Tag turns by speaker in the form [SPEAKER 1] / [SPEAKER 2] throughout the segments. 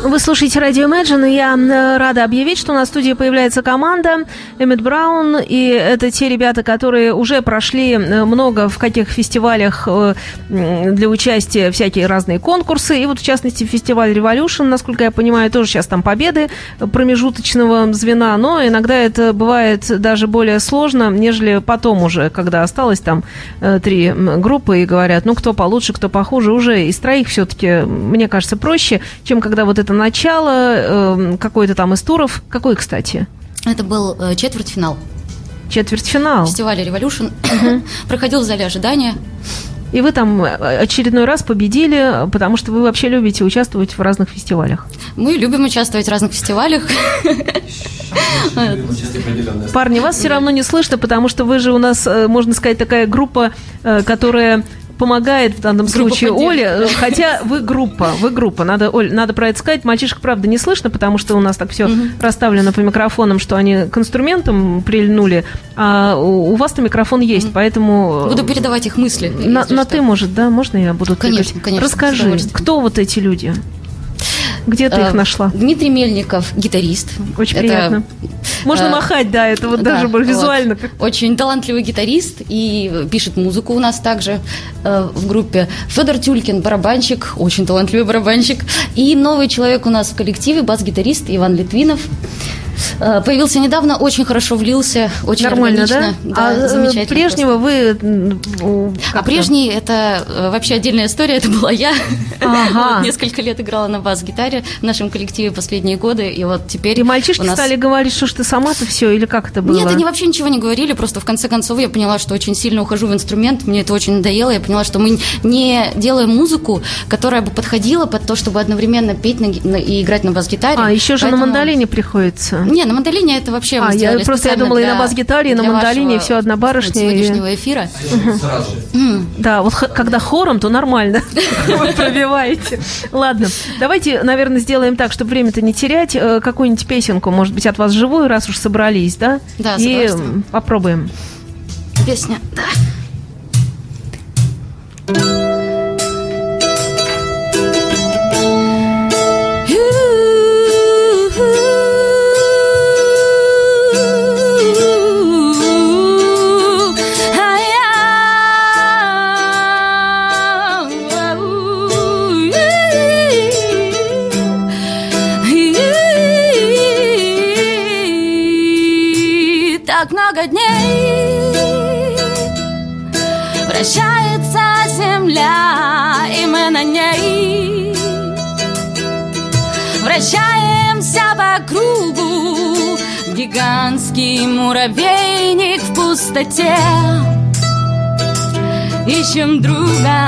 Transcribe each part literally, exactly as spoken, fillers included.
[SPEAKER 1] Вы слушаете радио Imagine, и я рада объявить, что на студии появляется команда Эммет Браун, и это те ребята, которые уже прошли много в каких фестивалях для участия, всякие разные конкурсы, и вот в частности фестиваль Revolution, насколько я понимаю, тоже сейчас там победы промежуточного звена, но иногда это бывает даже более сложно, нежели потом уже, когда осталось там три группы и говорят, ну кто получше, кто похуже, уже из троих все-таки, мне кажется, проще, чем когда вот это начало, какой-то там из туров. Какой, кстати?
[SPEAKER 2] Это был четвертьфинал.
[SPEAKER 1] Четвертьфинал.
[SPEAKER 2] Фестиваля Revolution. Uh-huh. Проходил в зале ожидания.
[SPEAKER 1] И вы там очередной раз победили, потому что вы вообще любите участвовать в разных фестивалях.
[SPEAKER 2] Мы любим участвовать в разных фестивалях.
[SPEAKER 1] Парни, вас все равно не слышно, потому что вы же у нас, можно сказать, такая группа, которая помогает в данном группа случае Оле, хотя вы группа, вы группа, надо, Оль, надо про это сказать. Мальчишек, правда, не слышно, потому что у нас так все угу. расставлено по микрофонам, что они к инструментам прильнули, а у, у вас-то микрофон есть, угу. поэтому...
[SPEAKER 2] Буду передавать их мысли.
[SPEAKER 1] На, на ты, может, да? Можно я буду
[SPEAKER 2] Конечно,
[SPEAKER 1] тыкать?
[SPEAKER 2] конечно.
[SPEAKER 1] Расскажи, кто вот эти люди? Где ты их нашла?
[SPEAKER 2] Дмитрий Мельников, гитарист.
[SPEAKER 1] Очень это, приятно. Можно э, махать, да, это вот да, даже визуально. Вот.
[SPEAKER 2] Очень талантливый гитарист и пишет музыку у нас также э, в группе. Федор Тюлькин, барабанщик, очень талантливый барабанщик. И новый человек у нас в коллективе, бас-гитарист Иван Литвинов. Появился недавно, очень хорошо влился, очень
[SPEAKER 1] нормально,
[SPEAKER 2] органично.
[SPEAKER 1] Да?
[SPEAKER 2] Да,
[SPEAKER 1] а
[SPEAKER 2] замечательно.
[SPEAKER 1] Прежнего
[SPEAKER 2] просто.
[SPEAKER 1] вы...
[SPEAKER 2] А прежний, это вообще отдельная история, это была я.
[SPEAKER 1] Ага.
[SPEAKER 2] Вот, несколько лет играла на бас-гитаре в нашем коллективе последние годы, и вот теперь...
[SPEAKER 1] И мальчишки
[SPEAKER 2] нас...
[SPEAKER 1] стали говорить, что ж ты сама-то все, или как это было?
[SPEAKER 2] Нет, они вообще ничего не говорили, просто в конце концов я поняла, что очень сильно ухожу в инструмент, мне это очень надоело, я поняла, что мы не делаем музыку, которая бы подходила под то, чтобы одновременно петь на... и играть на бас-гитаре.
[SPEAKER 1] А, еще
[SPEAKER 2] Поэтому...
[SPEAKER 1] же на мандолине приходится.
[SPEAKER 2] Не, на мандолине это вообще мы
[SPEAKER 1] а,
[SPEAKER 2] сделали
[SPEAKER 1] я просто я думала,
[SPEAKER 2] для,
[SPEAKER 1] и на бас-гитаре, и на мандолине, все одна барышня.
[SPEAKER 2] Вот, сегодняшнего эфира.
[SPEAKER 1] Угу. Mm. Да, вот х- когда хором, то нормально. Вы пробиваете. Ладно, давайте, наверное, сделаем так, чтобы время-то не терять. Какую-нибудь песенку, может быть, от вас живую, раз уж собрались, да?
[SPEAKER 2] Да,
[SPEAKER 1] и попробуем.
[SPEAKER 2] Песня, да.
[SPEAKER 3] Так много дней вращается земля, и мы на ней вращаемся по кругу, гигантский муравейник в пустоте. Ищем друга.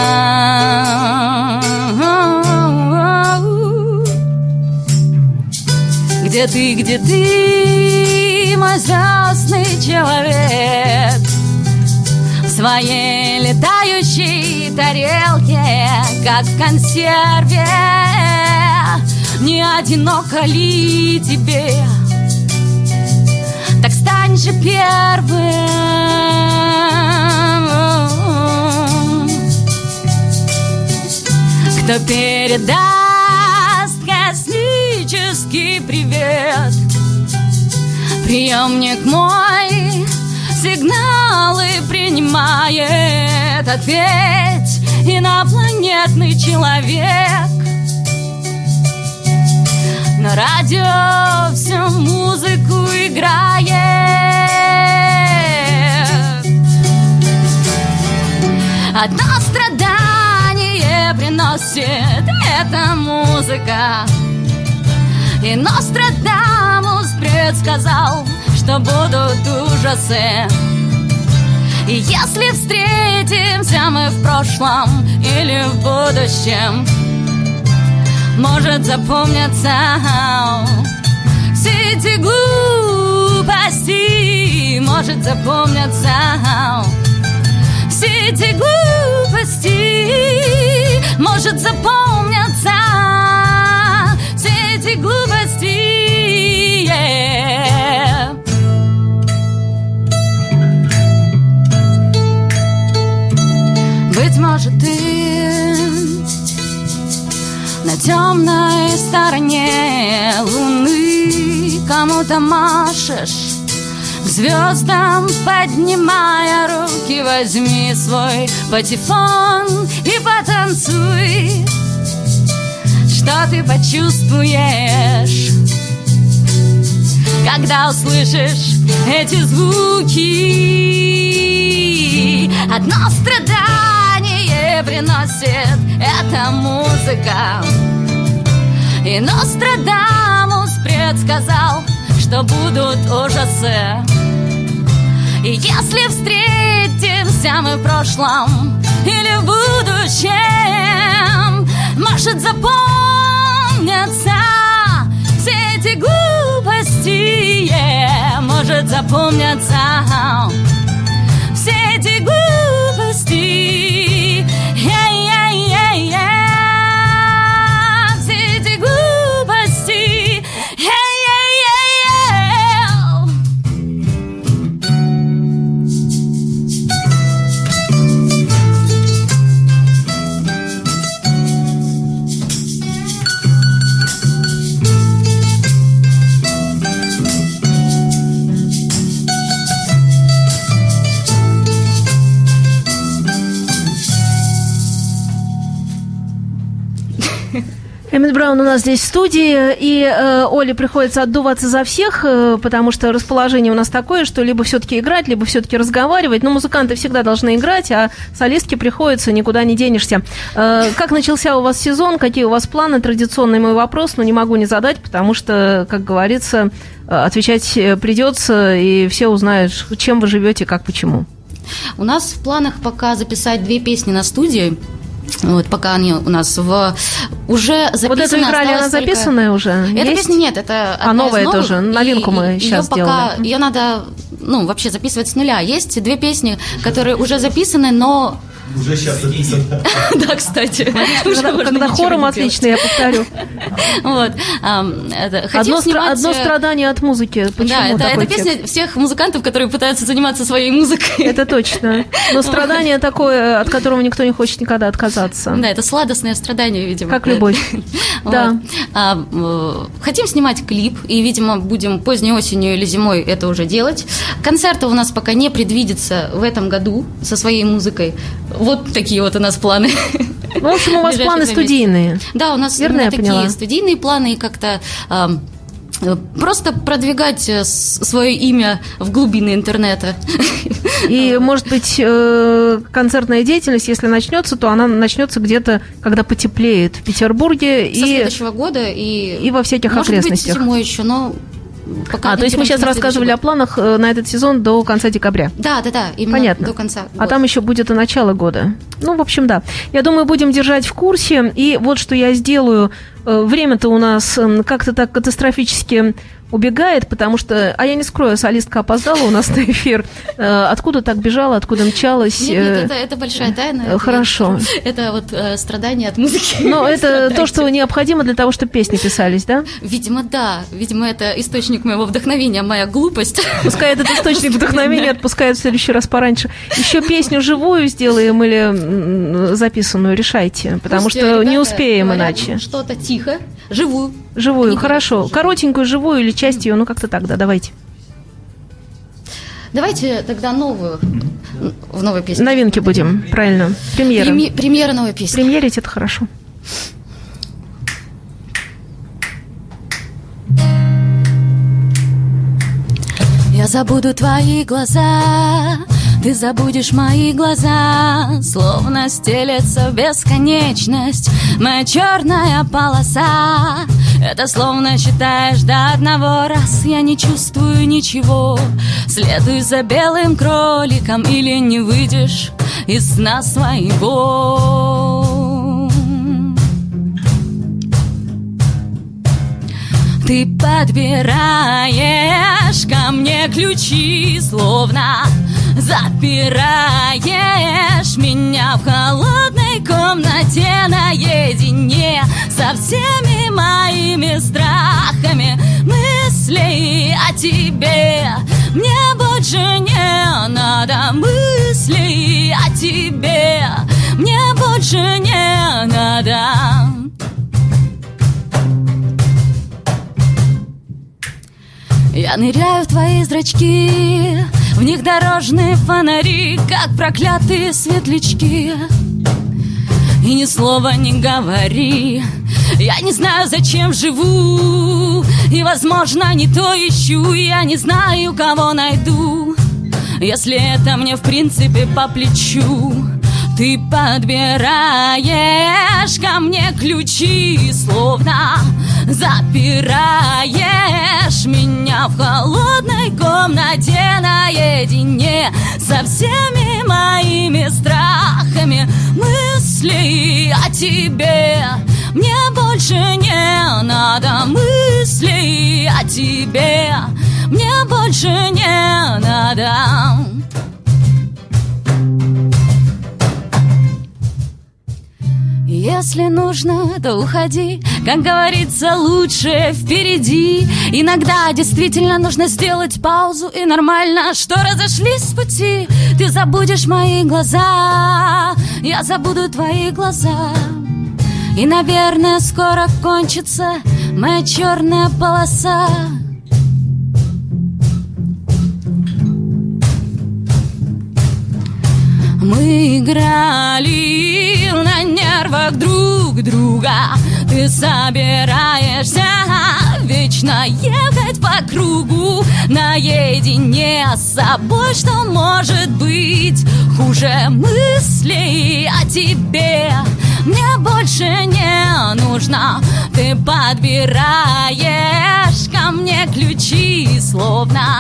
[SPEAKER 3] Где ты, где ты, мой звездный человек, в своей летающей тарелке, как в консерве? Не одиноко ли тебе? Так стань же первым, кто передаст космический привет. Приемник мой сигналы принимает. Ответь, инопланетный человек. На радио всю музыку играет. Одно страдание приносит эта музыка. И Нострадамус предсказал, что будут ужасы. И если встретимся мы в прошлом или в будущем, может запомниться все эти глупости. Может запомниться все эти глупости. Может запомниться все эти глупости. Yeah. Быть может, ты на темной стороне луны кому-то машешь, к звездам поднимая руки, возьми свой патефон и потанцуй. Что ты почувствуешь, когда услышишь эти звуки? Одно страдание приносит эта музыка, и Нострадамус предсказал, что будут ужасы. И если встретимся мы в прошлом или в будущем, может запомнятся все эти глупости, yeah. Может запомнятся все эти глупости, yeah, yeah, yeah, yeah. Все эти глупости, yeah, yeah, yeah, yeah.
[SPEAKER 1] Эммет Браун у нас здесь в студии, и э, Оле приходится отдуваться за всех, э, потому что расположение у нас такое, что либо все-таки играть, либо все-таки разговаривать. Но музыканты всегда должны играть, а солистке приходится, никуда не денешься. Э, как начался у вас сезон, какие у вас планы? Традиционный мой вопрос, но не могу не задать, потому что, как говорится, отвечать придется, и все узнают, чем вы живете, как, почему.
[SPEAKER 2] У нас в планах пока записать две песни на студии. Вот, пока они у нас в уже записаны.
[SPEAKER 1] Вот эту играли, она записанная уже?
[SPEAKER 2] Эта песня нет, это
[SPEAKER 1] а новая тоже, новинку мы сейчас сделали.
[SPEAKER 2] Пока, ее надо, ну, вообще записывать с нуля. Есть две песни, которые уже записаны, но...
[SPEAKER 4] Уже сейчас записано.
[SPEAKER 2] Да, кстати.
[SPEAKER 1] Когда хором отлично, я повторю.
[SPEAKER 2] Вот.
[SPEAKER 1] Одно страдание от музыки.
[SPEAKER 2] Да, это песня всех музыкантов, которые пытаются заниматься своей музыкой.
[SPEAKER 1] Это точно. Но страдание такое, от которого никто не хочет никогда отказаться.
[SPEAKER 2] Да, это сладостное страдание, видимо.
[SPEAKER 1] Как любовь. Да.
[SPEAKER 2] Хотим снимать клип, и, видимо, будем поздней осенью или зимой это уже делать. Концерты у нас пока не предвидится в этом году со своей музыкой. Вот такие вот у нас планы.
[SPEAKER 1] Ну, в общем, у вас планы студийные.
[SPEAKER 2] Да, у нас
[SPEAKER 1] Верно,
[SPEAKER 2] такие поняла. Студийные планы, и как-то э, просто продвигать свое имя в глубины интернета.
[SPEAKER 1] И, может быть, концертная деятельность, если начнется, то она начнется где-то, когда потеплеет в Петербурге.
[SPEAKER 2] Со и, следующего года и,
[SPEAKER 1] и во всяких
[SPEAKER 2] может
[SPEAKER 1] окрестностях.
[SPEAKER 2] Может быть, зимой еще, но...
[SPEAKER 1] Пока а, то есть мы сейчас рассказывали о планах на этот сезон до конца декабря.
[SPEAKER 2] Да, да, да, именно
[SPEAKER 1] Понятно.
[SPEAKER 2] До конца года.
[SPEAKER 1] А там еще будет и начало года. Ну, в общем, да. Я думаю, будем держать в курсе. И вот что я сделаю. Время-то у нас как-то так катастрофически убегает, потому что, а я не скрою, солистка опоздала у нас на эфир. Откуда так бежала, откуда мчалась?
[SPEAKER 2] Нет, нет, это, это большая тайна.
[SPEAKER 1] Хорошо.
[SPEAKER 2] Это, это вот э, страдание от музыки.
[SPEAKER 1] Но это то, что необходимо для того, чтобы песни писались, да?
[SPEAKER 2] Видимо, да. Видимо, это источник моего вдохновения, моя глупость.
[SPEAKER 1] Пускай этот источник вдохновения отпускает в следующий раз пораньше. Еще песню живую сделаем или записанную, решайте, потому Пусть что не успеем иначе.
[SPEAKER 2] Что-то тихо, живую.
[SPEAKER 1] Живую, Они хорошо. Живую. Коротенькую, живую или часть ее, ну как-то так, да, давайте.
[SPEAKER 2] Давайте тогда новую, в новой песне.
[SPEAKER 1] Новинки будем, правильно. Премьера.
[SPEAKER 2] Преми- премьера новой песни.
[SPEAKER 1] Премьерить это хорошо.
[SPEAKER 3] Я забуду твои глаза, ты забудешь мои глаза, словно стелется в бесконечность моя черная полоса. Это словно считаешь до одного, раз я не чувствую ничего. Следуй за белым кроликом или не выйдешь из сна своего. Ты подбираешь ко мне ключи, словно запираешь меня в холодной комнате наедине со всеми моими страхами, мыслей о тебе. Мне больше не надо мыслей о тебе, мне больше не надо. Я ныряю в твои зрачки, в них дорожные фонари, как проклятые светлячки. И ни слова не говори, я не знаю, зачем живу, и, возможно, не то ищу, я не знаю, кого найду. Если это мне в принципе по плечу, ты подбираешь ко мне ключи, словно запираешь меня в холодной комнате наедине со всеми моими страхами. Мысли о тебе мне больше не надо, мысли о тебе мне больше не надо. Если нужно, то уходи, как говорится, лучше впереди. Иногда действительно нужно сделать паузу, и нормально, что разошлись с пути. Ты забудешь мои глаза, я забуду твои глаза. И, наверное, скоро кончится моя черная полоса. Мы играли на нервах друг друга. Ты собираешься вечно ехать по кругу наедине с собой. Что может быть хуже мыслей о тебе? Мне больше не нужно. Ты подбираешь ко мне ключи, словно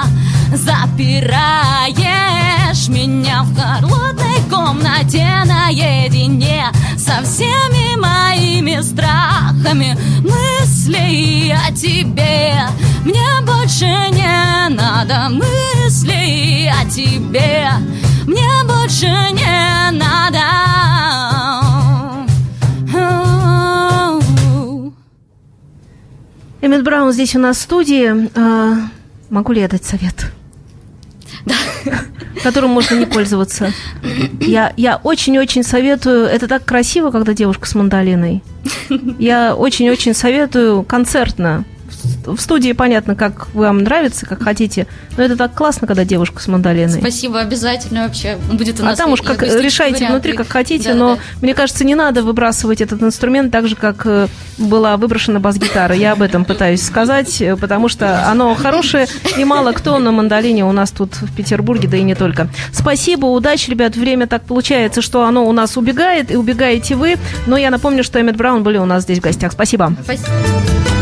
[SPEAKER 3] запираешь меня в холодной комнате наедине со всеми моими страхами. Мысли о тебе мне больше не надо, мысли о тебе мне больше не надо.
[SPEAKER 1] Эммет Браун здесь у нас в студии. Могу ли я дать совет?
[SPEAKER 2] Да.
[SPEAKER 1] Которым можно не пользоваться. Я, я очень-очень советую. Это так красиво, когда девушка с мандолиной. Я очень-очень советую концертно. В студии понятно, как вам нравится, как хотите, но это так классно, когда девушка с мандолиной.
[SPEAKER 2] Спасибо, обязательно вообще будет у нас.
[SPEAKER 1] А там уж как решайте варианты внутри, как хотите, да, но да. Мне кажется, не надо выбрасывать этот инструмент так же, как была выброшена бас-гитара. Я об этом пытаюсь сказать, потому что оно хорошее, и мало кто на мандолине у нас тут в Петербурге, да и не только. Спасибо, удачи, ребят. Время так получается, что оно у нас убегает, и убегаете вы. Но я напомню, что Эммет Браун были у нас здесь в гостях. Спасибо.
[SPEAKER 2] Спасибо.